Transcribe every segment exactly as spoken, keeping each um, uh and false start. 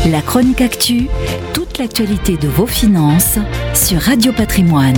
La chronique actu, toute l'actualité de vos finances sur Radio Patrimoine.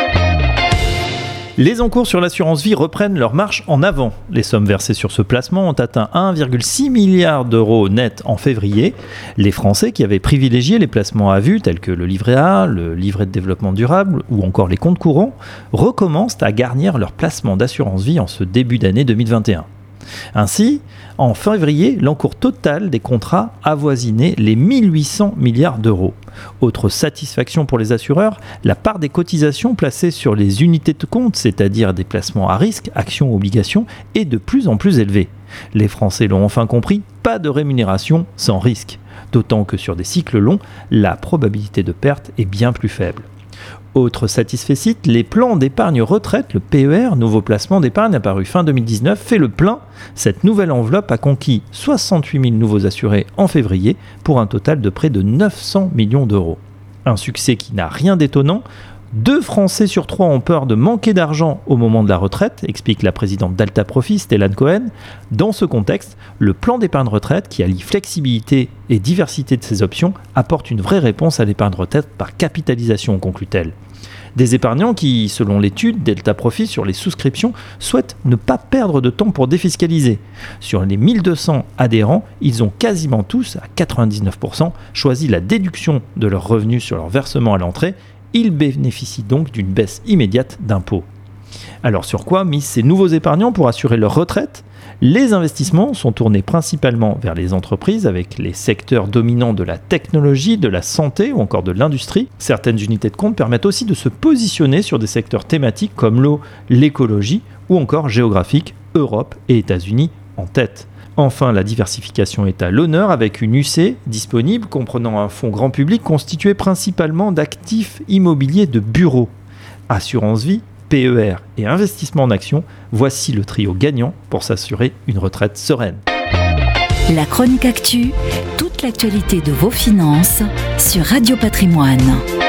Les encours sur l'assurance vie reprennent leur marche en avant. Les sommes versées sur ce placement ont atteint un virgule six milliard d'euros net en février. Les Français qui avaient privilégié les placements à vue tels que le livret A, le livret de développement durable ou encore les comptes courants recommencent à garnir leur placement d'assurance vie en ce début d'année deux mille vingt et un. Ainsi, en février, l'encours total des contrats avoisinait les mille huit cents milliards d'euros. Autre satisfaction pour les assureurs, la part des cotisations placées sur les unités de compte, c'est-à-dire des placements à risque, actions ou obligations, est de plus en plus élevée. Les Français l'ont enfin compris, pas de rémunération sans risque. D'autant que sur des cycles longs, la probabilité de perte est bien plus faible. Autre satisfecit, les plans d'épargne retraite, le P E R, nouveau placement d'épargne apparu fin deux mille dix-neuf, fait le plein. Cette nouvelle enveloppe a conquis soixante-huit mille nouveaux assurés en février pour un total de près de neuf cents millions d'euros. Un succès qui n'a rien d'étonnant. Deux Français sur trois ont peur de manquer d'argent au moment de la retraite, explique la présidente d'Alta Profit, Stellane Cohen. Dans ce contexte, le plan d'épargne retraite, qui allie flexibilité et diversité de ses options, apporte une vraie réponse à l'épargne retraite par capitalisation, conclut-elle. Des épargnants qui, selon l'étude d'Alta Profit sur les souscriptions, souhaitent ne pas perdre de temps pour défiscaliser. Sur les mille deux cents adhérents, ils ont quasiment tous, à quatre-vingt-dix-neuf pour cent, choisi la déduction de leurs revenus sur leur versement à l'entrée. Ils bénéficient donc d'une baisse immédiate d'impôts. Alors sur quoi misent ces nouveaux épargnants pour assurer leur retraite ? Les investissements sont tournés principalement vers les entreprises avec les secteurs dominants de la technologie, de la santé ou encore de l'industrie. Certaines unités de compte permettent aussi de se positionner sur des secteurs thématiques comme l'eau, l'écologie ou encore géographiques, Europe et États-Unis en tête. Enfin, la diversification est à l'honneur avec une U C disponible comprenant un fonds grand public constitué principalement d'actifs immobiliers de bureaux. Assurance vie, P E R et investissement en actions, voici le trio gagnant pour s'assurer une retraite sereine. La chronique actu, toute l'actualité de vos finances sur Radio Patrimoine.